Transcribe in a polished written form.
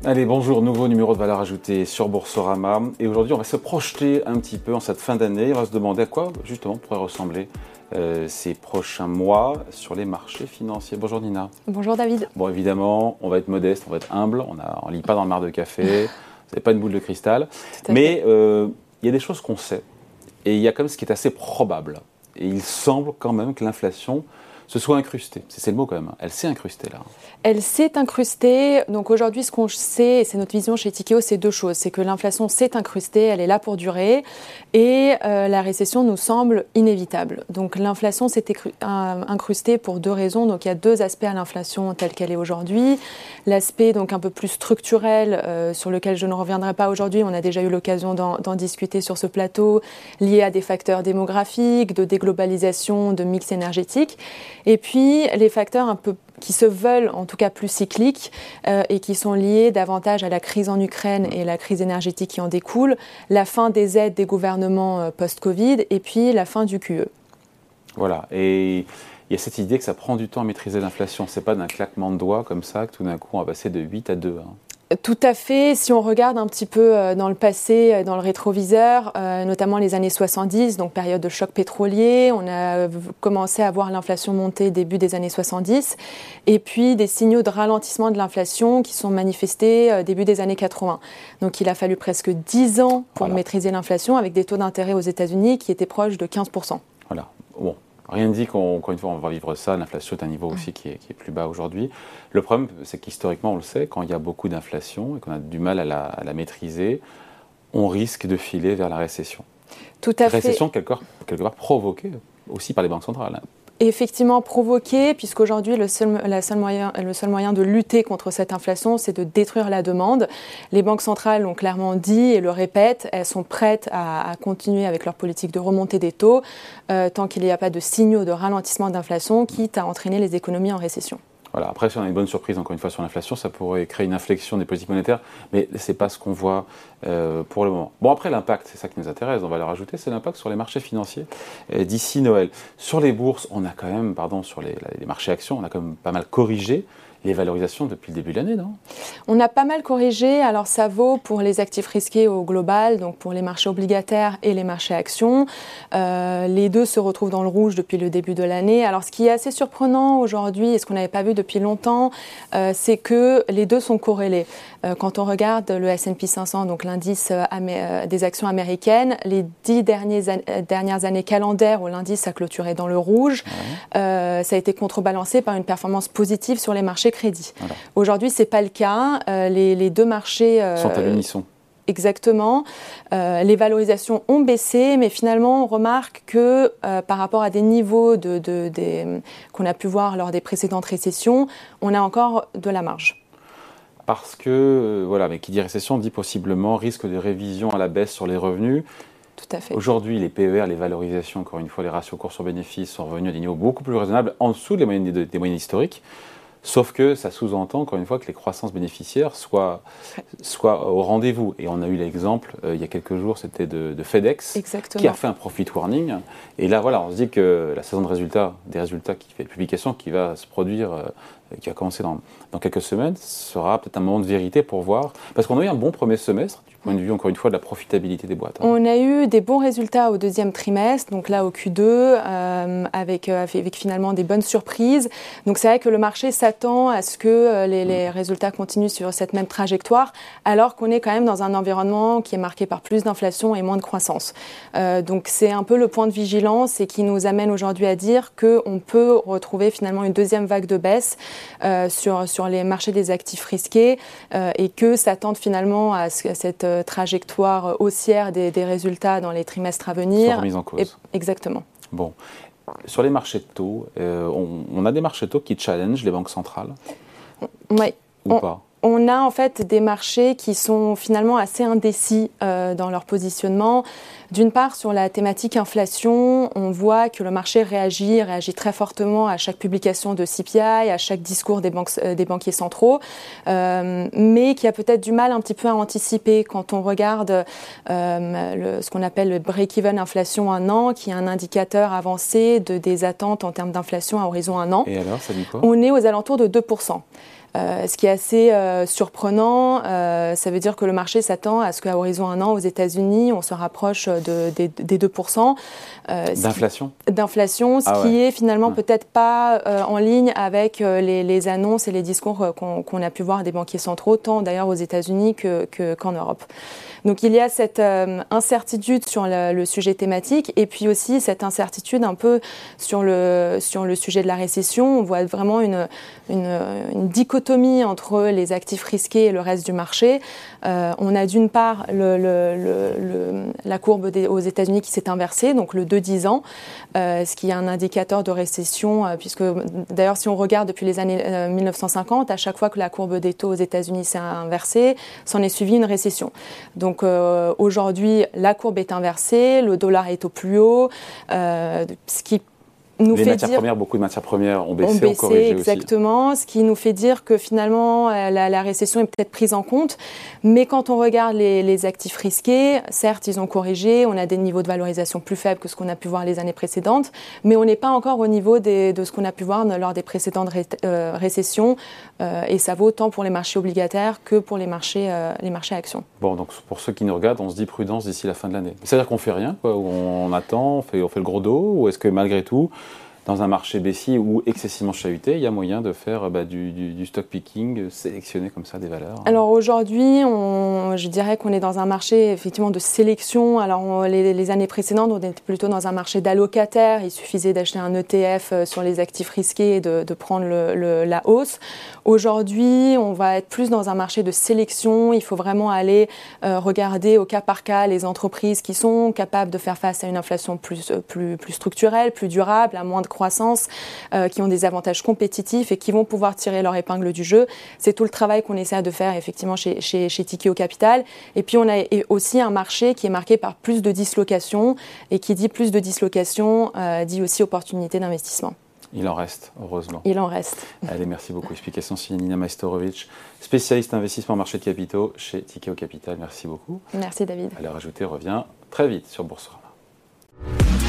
Allez, bonjour, nouveau numéro de valeur ajoutée sur Boursorama. Et aujourd'hui, on va se projeter un petit peu en cette fin d'année. On va se demander à quoi, justement, pourraient ressembler ces prochains mois sur les marchés financiers. Bonjour Nina. Bonjour David. Bon, évidemment, on va être modeste, on va être humble. On ne lit pas dans le mar de café. Vous n'avez pas une boule de cristal. Mais il y a des choses qu'on sait. Et il y a quand même ce qui est assez probable. Et il semble quand même que l'inflation se soit incrustée. C'est le mot quand même. Elle s'est incrustée là. Elle s'est incrustée. Donc aujourd'hui, ce qu'on sait, et c'est notre vision chez Tikehau, c'est deux choses. C'est que l'inflation s'est incrustée, elle est là pour durer, et la récession nous semble inévitable. Donc l'inflation s'est incrustée pour deux raisons. Donc il y a deux aspects à l'inflation telle qu'elle est aujourd'hui. L'aspect donc un peu plus structurel, sur lequel je ne reviendrai pas aujourd'hui. On a déjà eu l'occasion d'en discuter sur ce plateau, lié à des facteurs démographiques, de déglobalisation, de mix énergétique. Et puis les facteurs un peu qui se veulent en tout cas plus cycliques et qui sont liés davantage à la crise en Ukraine et la crise énergétique qui en découle, la fin des aides des gouvernements post-Covid et puis la fin du QE. Voilà, et il y a cette idée que ça prend du temps à maîtriser l'inflation. Ce n'est pas d'un claquement de doigts comme ça que tout d'un coup on va passer de 8 à 2. Tout à fait. Si on regarde un petit peu dans le passé, dans le rétroviseur, notamment les années 70, donc période de choc pétrolier, on a commencé à voir l'inflation monter début des années 70, et puis des signaux de ralentissement de l'inflation qui sont manifestés début des années 80. Donc il a fallu presque 10 ans pour maîtriser l'inflation avec des taux d'intérêt aux États-Unis qui étaient proches de 15%. Voilà. Bon. Rien ne dit qu'encore une fois, on va vivre ça. L'inflation est un niveau aussi qui est plus bas aujourd'hui. Le problème, c'est qu'historiquement, on le sait, quand il y a beaucoup d'inflation et qu'on a du mal à la maîtriser, on risque de filer vers la récession. Tout à fait. Récession quelque part provoquée aussi par les banques centrales. Effectivement provoquée, puisqu'aujourd'hui le seul moyen de lutter contre cette inflation, c'est de détruire la demande. Les banques centrales l'ont clairement dit et le répètent, elles sont prêtes à continuer avec leur politique de remontée des taux tant qu'il n'y a pas de signaux de ralentissement d'inflation, quitte à entraîner les économies en récession. Voilà. Après, si on a une bonne surprise, encore une fois, sur l'inflation, ça pourrait créer une inflexion des politiques monétaires, mais ce n'est pas ce qu'on voit pour le moment. Bon, après, l'impact, c'est ça qui nous intéresse, on va le rajouter, c'est l'impact sur les marchés financiers d'ici Noël. Sur les bourses, on a quand même, sur les marchés actions, on a quand même pas mal corrigé les valorisations depuis le début de l'année, non ? On a pas mal corrigé, alors ça vaut pour les actifs risqués au global, donc pour les marchés obligataires et les marchés actions. Les deux se retrouvent dans le rouge depuis le début de l'année. Alors ce qui est assez surprenant aujourd'hui, et ce qu'on n'avait pas vu depuis longtemps, c'est que les deux sont corrélés. Quand on regarde le S&P 500, donc l'indice des actions américaines, les 10 dernières années calendaires où l'indice a clôturé dans le rouge, ça a été contrebalancé par une performance positive sur les marchés crédit. Voilà. Aujourd'hui, ce n'est pas le cas. Les deux marchés sont à l'unisson. Exactement. Les valorisations ont baissé, mais finalement, on remarque que par rapport à des niveaux qu'on a pu voir lors des précédentes récessions, on a encore de la marge. Parce que, mais qui dit récession dit possiblement risque de révision à la baisse sur les revenus. Tout à fait. Aujourd'hui, les PER, les valorisations, encore une fois, les ratios cours sur bénéfices sont revenus à des niveaux beaucoup plus raisonnables, en dessous des moyennes historiques. Sauf que ça sous-entend, encore une fois, que les croissances bénéficiaires soient au rendez-vous. Et on a eu l'exemple, il y a quelques jours, c'était de FedEx, Exactement. Qui a fait un profit warning. Et là, on se dit que la saison des résultats qui fait publication, qui va se produire, qui va commencer dans quelques semaines, sera peut-être un moment de vérité pour voir. Parce qu'on a eu un bon premier semestre, du point de vue, encore une fois, de la profitabilité des boîtes. On a eu des bons résultats au deuxième trimestre, donc là au Q2, avec finalement des bonnes surprises. Donc c'est vrai que le marché s'attend à ce que les résultats continuent sur cette même trajectoire, alors qu'on est quand même dans un environnement qui est marqué par plus d'inflation et moins de croissance. Donc c'est un peu le point de vigilance et qui nous amène aujourd'hui à dire qu'on peut retrouver finalement une deuxième vague de baisse sur les marchés des actifs risqués et que s'attendent finalement à cette trajectoire haussière des résultats dans les trimestres à venir. Sans remise en cause. Exactement. Bon. Sur les marchés de taux, on a des marchés de taux qui challengent les banques centrales. Oui. Ou pas ? On a en fait des marchés qui sont finalement assez indécis dans leur positionnement. D'une part, sur la thématique inflation, on voit que le marché réagit très fortement à chaque publication de CPI, à chaque discours des banquiers centraux, mais qui a peut-être du mal un petit peu à anticiper quand on regarde ce qu'on appelle le break-even inflation 1 an, qui est un indicateur avancé des attentes en termes d'inflation à horizon 1 an. Et alors, ça dit quoi ? On est aux alentours de 2%. Ce qui est assez surprenant, ça veut dire que le marché s'attend à ce qu'à horizon 1 an aux États-Unis, on se rapproche des 2%. D'inflation ? D'inflation, ce qui est finalement peut-être pas en ligne avec les annonces et les discours qu'on a pu voir des banquiers centraux, tant d'ailleurs aux États-Unis qu'en Europe. Donc il y a cette incertitude sur le sujet thématique et puis aussi cette incertitude un peu sur le sujet de la récession. On voit vraiment une dichotomie entre les actifs risqués et le reste du marché. On a d'une part la courbe aux États-Unis qui s'est inversée, donc le 2-10 ans, ce qui est un indicateur de récession, puisque d'ailleurs si on regarde depuis les années 1950, à chaque fois que la courbe des taux aux États-Unis s'est inversée, s'en est suivi une récession. Donc aujourd'hui, la courbe est inversée, le dollar est au plus haut, ce qui nous les fait matières dire, premières, beaucoup de matières premières ont baissé, ont corrigé exactement, aussi. Ce qui nous fait dire que finalement la récession est peut-être prise en compte, mais quand on regarde les actifs risqués, certes ils ont corrigé, on a des niveaux de valorisation plus faibles que ce qu'on a pu voir les années précédentes, mais on n'est pas encore au niveau de ce qu'on a pu voir lors des précédentes récessions, et ça vaut tant pour les marchés obligataires que pour les marchés actions. Bon, donc pour ceux qui nous regardent, on se dit prudence d'ici la fin de l'année. C'est-à-dire qu'on fait rien, quoi, où on attend, on fait le gros dos, ou est-ce que malgré tout, dans un marché baissier ou excessivement chahuté, il y a moyen de faire du stock picking, sélectionner comme ça des valeurs? Alors aujourd'hui, je dirais qu'on est dans un marché effectivement de sélection. Alors les années précédentes, on était plutôt dans un marché d'allocataires. Il suffisait d'acheter un ETF sur les actifs risqués et de prendre la hausse. Aujourd'hui, on va être plus dans un marché de sélection. Il faut vraiment aller regarder au cas par cas les entreprises qui sont capables de faire face à une inflation plus structurelle, plus durable, à moins de croissance, qui ont des avantages compétitifs et qui vont pouvoir tirer leur épingle du jeu. C'est tout le travail qu'on essaie de faire effectivement chez Tikehau Capital. Et puis on a aussi un marché qui est marqué par plus de dislocation, et qui dit plus de dislocation dit aussi opportunité d'investissement. Il en reste, heureusement. Il en reste. Allez, merci beaucoup. Explication signée Nina Majstorovic, spécialiste investissement en marché de capitaux chez Tikehau Capital. Merci beaucoup. Merci David. À l'heure ajoutée revient très vite sur Boursorama.